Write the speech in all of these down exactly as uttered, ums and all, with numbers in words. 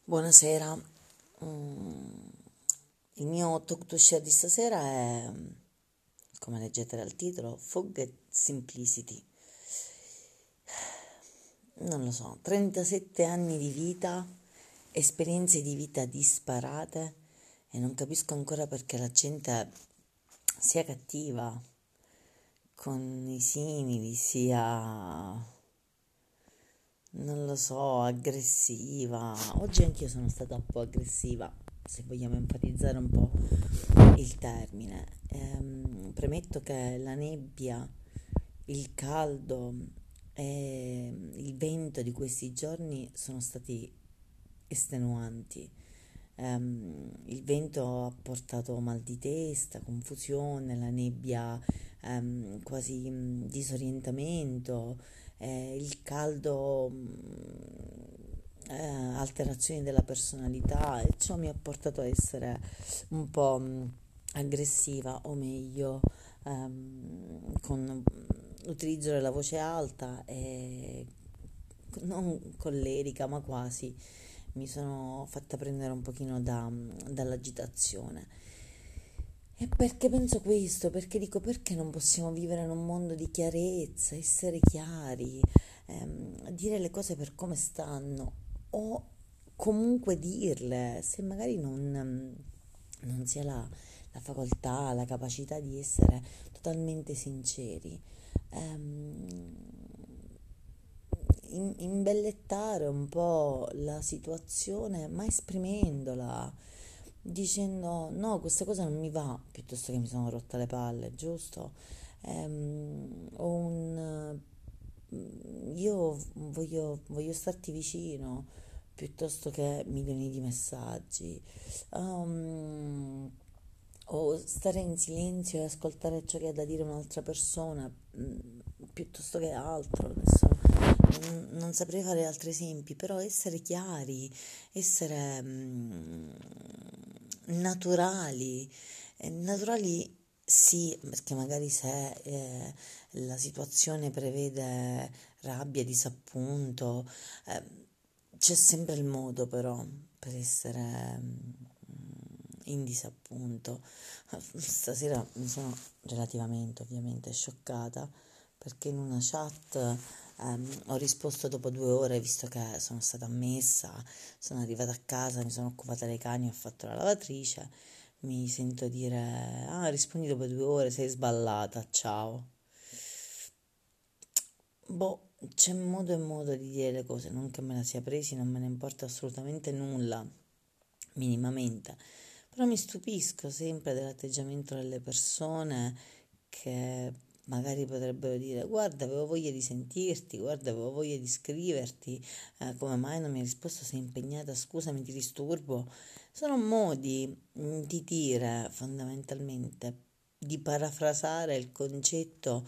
Buonasera. Mm, il mio talk to share di stasera è, come leggete dal titolo, Fog e Simplicity. Non lo so, trentasette anni di vita, esperienze di vita disparate e non capisco ancora perché la gente sia cattiva con i simili, sia... non lo so, aggressiva. Oggi anch'io sono stata un po' aggressiva, se vogliamo enfatizzare un po' il termine. Ehm, premetto che la nebbia, il caldo e il vento di questi giorni sono stati estenuanti. Ehm, il vento ha portato mal di testa, confusione, la nebbia, ehm, quasi mm, disorientamento, eh, il caldo, mm, eh, alterazioni della personalità, e ciò mi ha portato a essere un po' mm, aggressiva, o meglio, ehm, con l'utilizzo della voce alta e non collerica, ma quasi mi sono fatta prendere un pochino da, dall'agitazione. E perché penso questo? Perché dico, perché non possiamo vivere in un mondo di chiarezza, essere chiari, ehm, dire le cose per come stanno, o comunque dirle, se magari non, ehm, non si ha la, la facoltà, la capacità di essere totalmente sinceri. Ehm, in- imbellettare un po' la situazione, ma esprimendola, dicendo no, questa cosa non mi va, piuttosto che mi sono rotta le palle, giusto? Ehm, o un eh, io voglio, voglio starti vicino, piuttosto che milioni di messaggi. Um, o stare in silenzio e ascoltare ciò che ha da dire un'altra persona, mm, piuttosto che altro. Adesso non, non saprei fare altri esempi, però essere chiari, essere mm, naturali. Eh, naturali sì, perché magari se eh, la situazione prevede rabbia, disappunto, eh, c'è sempre il modo però per essere mm, in disappunto. Stasera mi sono relativamente ovviamente scioccata perché in una chat ehm, ho risposto dopo due ore, visto che sono stata ammessa, sono arrivata a casa, mi sono occupata dei cani, ho fatto la lavatrice, mi sento dire, ah, rispondi dopo due ore, sei sballata, ciao. Boh, c'è modo e modo di dire le cose, non che me la sia presi, non me ne importa assolutamente nulla, minimamente. Però mi stupisco sempre dell'atteggiamento delle persone che magari potrebbero dire guarda, avevo voglia di sentirti, guarda, avevo voglia di scriverti, eh, come mai non mi hai risposto, sei impegnata, scusami, ti disturbo. Sono modi mm, di dire fondamentalmente, di parafrasare il concetto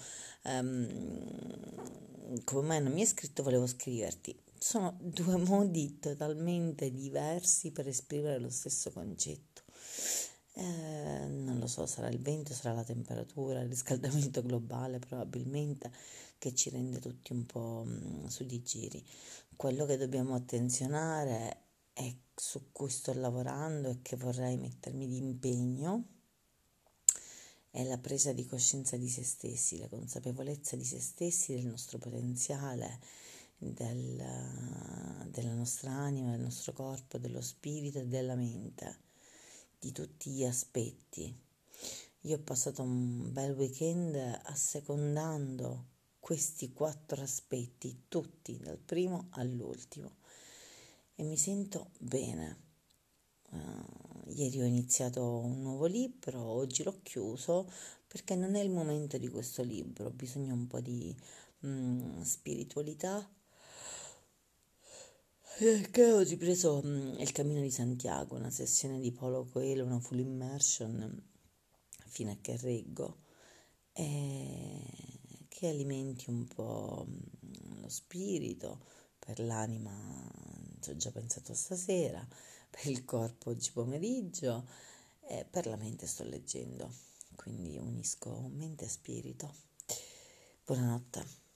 ehm, come mai non mi hai scritto, volevo scriverti. Sono due modi totalmente diversi per esprimere lo stesso concetto. Eh, non lo so, sarà il vento, sarà la temperatura, il riscaldamento globale probabilmente che ci rende tutti un po' mh, su di giri. Quello che dobbiamo attenzionare e su cui sto lavorando e che vorrei mettermi di impegno è la presa di coscienza di se stessi, la consapevolezza di se stessi, del nostro potenziale, del, della nostra anima, del nostro corpo, dello spirito e della mente, di tutti gli aspetti. Io ho passato un bel weekend assecondando questi quattro aspetti, tutti, dal primo all'ultimo, e mi sento bene. Uh, ieri ho iniziato un nuovo libro, oggi l'ho chiuso perché non è il momento di questo libro, ho bisogno un po' di mm, spiritualità. Che ho ripreso mm, il Cammino di Santiago, una sessione di Paulo Coelho, una full immersion fino a che reggo, e che alimenti un po' mm, lo spirito, per l'anima ci ho già pensato stasera, per il corpo oggi pomeriggio e per la mente sto leggendo, quindi unisco mente e spirito. Buonanotte.